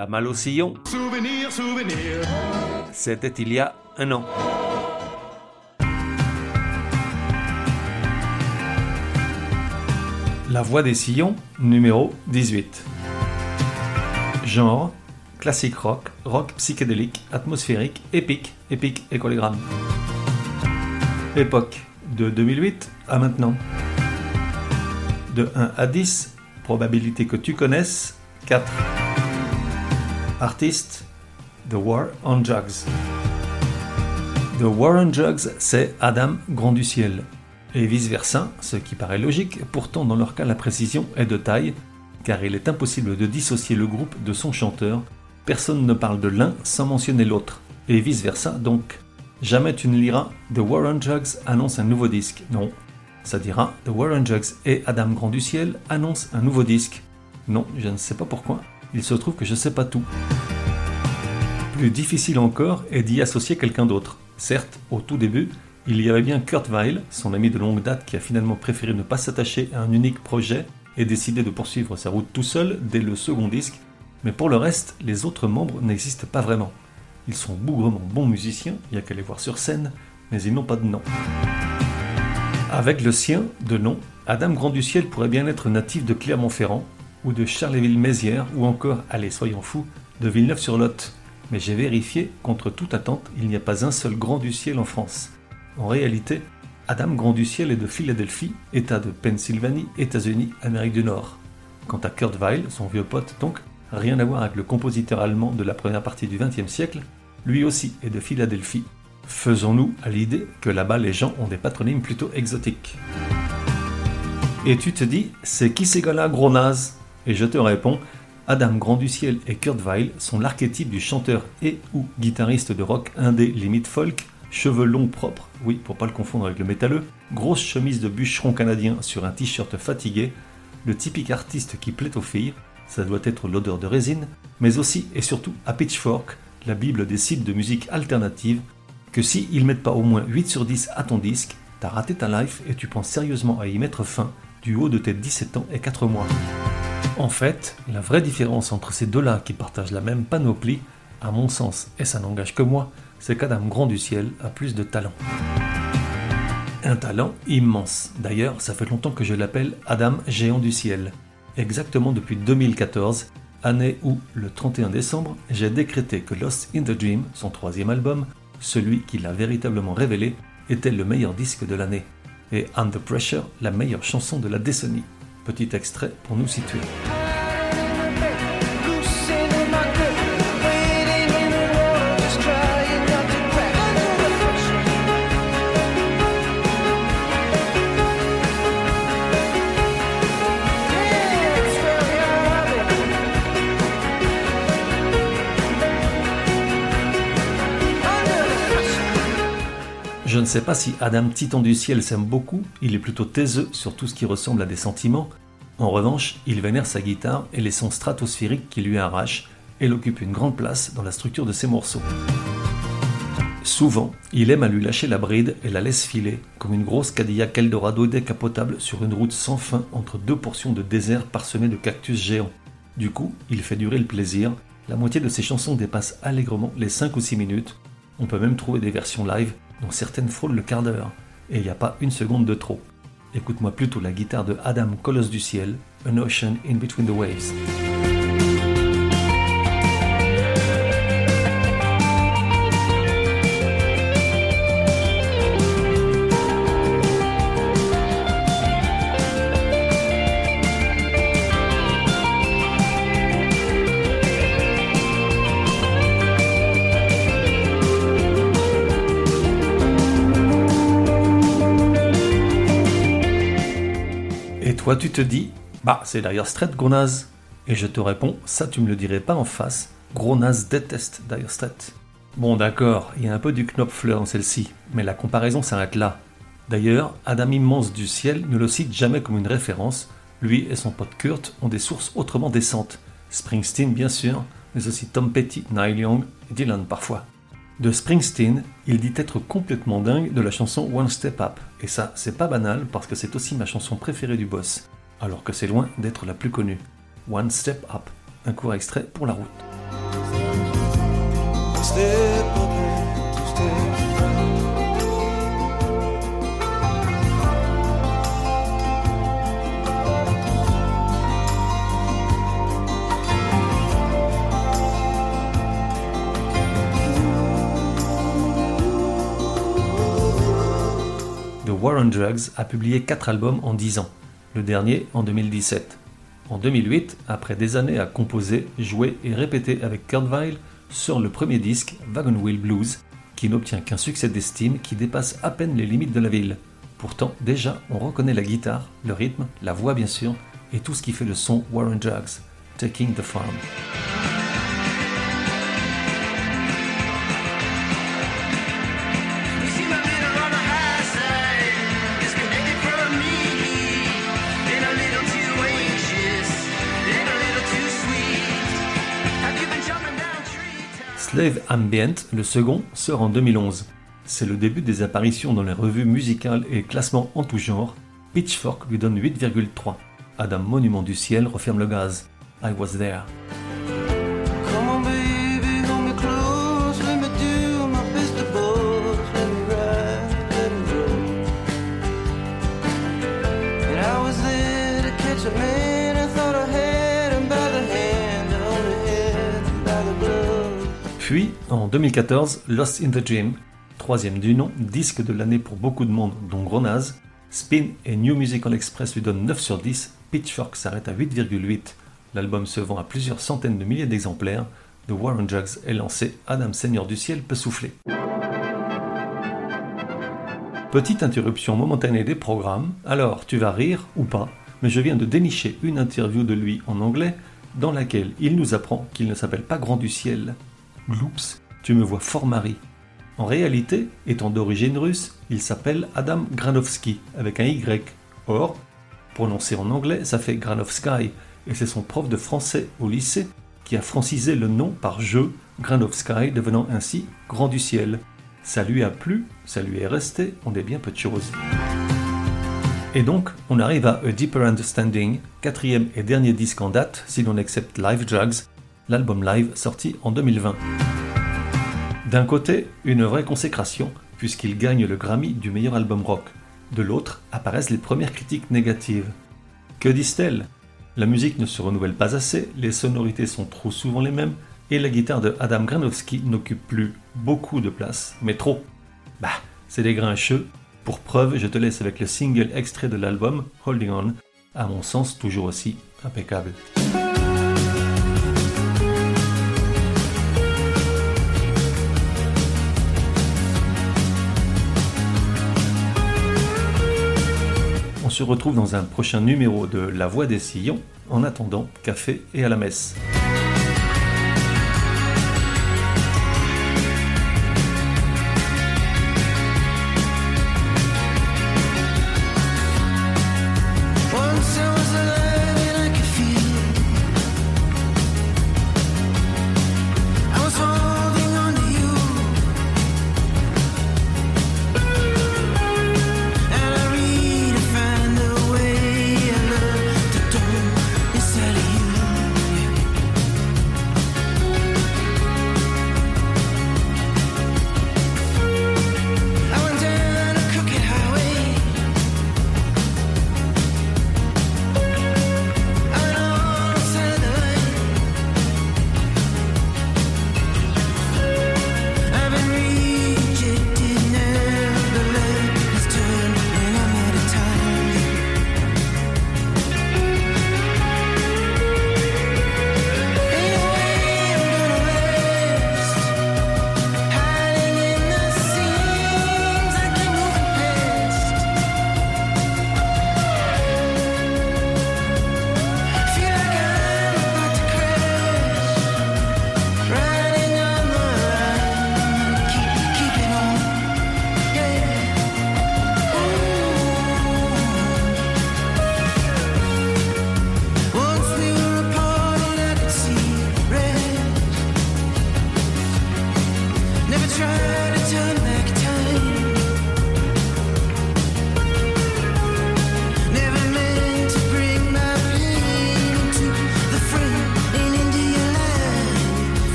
La malle au sillon. Souvenir, souvenir. C'était il y a un an. La voix des sillons, numéro 18. Genre, classique rock, rock psychédélique, atmosphérique, épique et cholégramme. Époque, de 2008 à maintenant. De 1 à 10, probabilité que tu connaisses, 4. Artiste, The War on Drugs. The War on Drugs, c'est Adam Grand du Ciel. Et vice-versa, ce qui paraît logique, pourtant dans leur cas la précision est de taille, car il est impossible de dissocier le groupe de son chanteur, personne ne parle de l'un sans mentionner l'autre, et vice-versa donc. Jamais tu ne liras The War on Drugs annonce un nouveau disque, non. Ça dira The War on Drugs et Adam Grand du Ciel annoncent un nouveau disque. Non, je ne sais pas pourquoi, il se trouve que je sais pas tout. Plus difficile encore est d'y associer quelqu'un d'autre. Certes, au tout début, il y avait bien Kurt Weill, son ami de longue date qui a finalement préféré ne pas s'attacher à un unique projet et décidé de poursuivre sa route tout seul dès le second disque, mais pour le reste, les autres membres n'existent pas vraiment. Ils sont bougrement bons musiciens, il n'y a qu'à les voir sur scène, mais ils n'ont pas de nom. Avec le sien, de nom, Adam Grand du Ciel pourrait bien être natif de Clermont-Ferrand, ou de Charleville-Mézières, ou encore, allez soyons fous, de Villeneuve-sur-Lot. Mais j'ai vérifié, contre toute attente, il n'y a pas un seul Grand du Ciel en France. En réalité, Adam Grand du Ciel est de Philadelphie, État de Pennsylvanie, États-Unis, Amérique du Nord. Quant à Kurt Weill, son vieux pote donc, rien à voir avec le compositeur allemand de la première partie du XXe siècle, lui aussi est de Philadelphie. Faisons-nous à l'idée que là-bas les gens ont des patronymes plutôt exotiques. Et tu te dis, c'est qui ces gars-là, gros naze ? Et je te réponds, Adam Grand du Ciel et Kurt Weill sont l'archétype du chanteur et ou guitariste de rock indé limite folk, cheveux longs propres, oui pour pas le confondre avec le métalleux, grosse chemise de bûcheron canadien sur un t-shirt fatigué, le typique artiste qui plaît aux filles, ça doit être l'odeur de résine, mais aussi et surtout à Pitchfork, la bible des sites de musique alternative, que si ils mettent pas au moins 8 sur 10 à ton disque, t'as raté ta life et tu penses sérieusement à y mettre fin du haut de tes 17 ans et 4 mois. En fait, la vraie différence entre ces deux-là qui partagent la même panoplie, à mon sens, et ça n'engage que moi, c'est qu'Adam Grand du Ciel a plus de talent. Un talent immense. D'ailleurs, ça fait longtemps que je l'appelle Adam Géant du Ciel. Exactement depuis 2014, année où, le 31 décembre, j'ai décrété que Lost in the Dream, son 3e album, celui qui l'a véritablement révélé, était le meilleur disque de l'année. Et Under Pressure, la meilleure chanson de la décennie. Petit extrait pour nous situer. Je ne sais pas si Adam Titan du Ciel s'aime beaucoup, il est plutôt taiseux sur tout ce qui ressemble à des sentiments. En revanche, il vénère sa guitare et les sons stratosphériques qui lui arrachent, et elle occupe une grande place dans la structure de ses morceaux. Souvent, il aime à lui lâcher la bride et la laisse filer, comme une grosse Cadillac Eldorado décapotable sur une route sans fin entre deux portions de désert parsemées de cactus géants. Du coup, il fait durer le plaisir, la moitié de ses chansons dépasse allègrement les 5 ou 6 minutes, on peut même trouver des versions live dont certaines frôlent le quart d'heure, et il n'y a pas une seconde de trop. Écoute-moi plutôt la guitare de Adam Colosse du Ciel, An Ocean in Between the Waves. Et toi tu te dis, bah c'est Dire Straits gros naze. Et je te réponds, ça tu me le dirais pas en face, gros naze déteste Dire Straits. Bon d'accord, il y a un peu du Knopfler dans celle-ci, mais la comparaison s'arrête là. D'ailleurs, Adam Immense du Ciel ne le cite jamais comme une référence, lui et son pote Kurt ont des sources autrement décentes. Springsteen bien sûr, mais aussi Tom Petty, Neil Young et Dylan parfois. De Springsteen, il dit être complètement dingue de la chanson One Step Up, et ça, c'est pas banal parce que c'est aussi ma chanson préférée du boss, alors que c'est loin d'être la plus connue. One Step Up, un court extrait pour la route. step up and two steps back. The War on Drugs a publié 4 albums en 10 ans, le dernier en 2017. En 2008, après des années à composer, jouer et répéter avec Kurt Weill, sort le premier disque, Wagon Wheel Blues, qui n'obtient qu'un succès d'estime qui dépasse à peine les limites de la ville. Pourtant, déjà, on reconnaît la guitare, le rythme, la voix bien sûr, et tout ce qui fait le son War on Drugs, Taking the Farm. Slave Ambient, le second, sort en 2011. C'est le début des apparitions dans les revues musicales et classements en tout genre. Pitchfork lui donne 8,3. Adam Monument du Ciel referme le gaz. I Was There. Come on baby, hold me close, let me do my best to both, let me ride, let me roll. And I was there to catch a man, I thought I had him by the hand, I only had him by the glove. Puis, en 2014, Lost in the Dream, troisième du nom, disque de l'année pour beaucoup de monde, dont Gronaz. Spin et New Musical Express lui donnent 9 sur 10, Pitchfork s'arrête à 8,8. L'album se vend à plusieurs centaines de milliers d'exemplaires. The War on Drugs est lancé, Adam Seigneur du Ciel peut souffler. Petite interruption momentanée des programmes, alors tu vas rire ou pas, mais je viens de dénicher une interview de lui en anglais dans laquelle il nous apprend qu'il ne s'appelle pas Grand du Ciel. Gloops, tu me vois fort Marie. En réalité, étant d'origine russe, il s'appelle Adam Granovsky avec un Y. Or, prononcé en anglais, ça fait Granovsky, et c'est son prof de français au lycée qui a francisé le nom par jeu, Granovsky devenant ainsi Grand du Ciel. Ça lui a plu, ça lui est resté, on est bien peu de choses. Et donc, on arrive à A Deeper Understanding, quatrième et dernier disque en date, si l'on accepte Live Drugs, l'album live sorti en 2020. D'un côté, une vraie consécration, puisqu'il gagne le Grammy du meilleur album rock. De l'autre, apparaissent les premières critiques négatives. Que disent-elles ? La musique ne se renouvelle pas assez, les sonorités sont trop souvent les mêmes, et la guitare de Adam Granovsky n'occupe plus beaucoup de place, mais trop. Bah, c'est des grincheux. Pour preuve, je te laisse avec le single extrait de l'album, Holding On, à mon sens toujours aussi impeccable. On se retrouve dans un prochain numéro de La Voix des Sillons. En attendant, café et à la messe.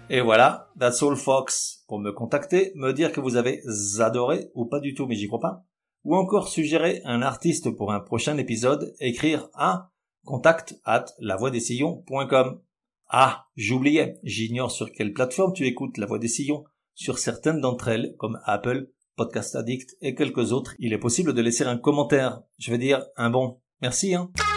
Et voilà, that's all folks. Pour me contacter, me dire que vous avez adoré ou pas du tout, mais j'y crois pas, ou encore suggérer un artiste pour un prochain épisode, écrire à contact@lavoixdessillons.com. Ah, j'oubliais, j'ignore sur quelle plateforme tu écoutes La Voix des Sillons. Sur certaines d'entre elles, comme Apple, Podcast Addict et quelques autres, il est possible de laisser un commentaire. Je veux dire, un bon. Merci, hein.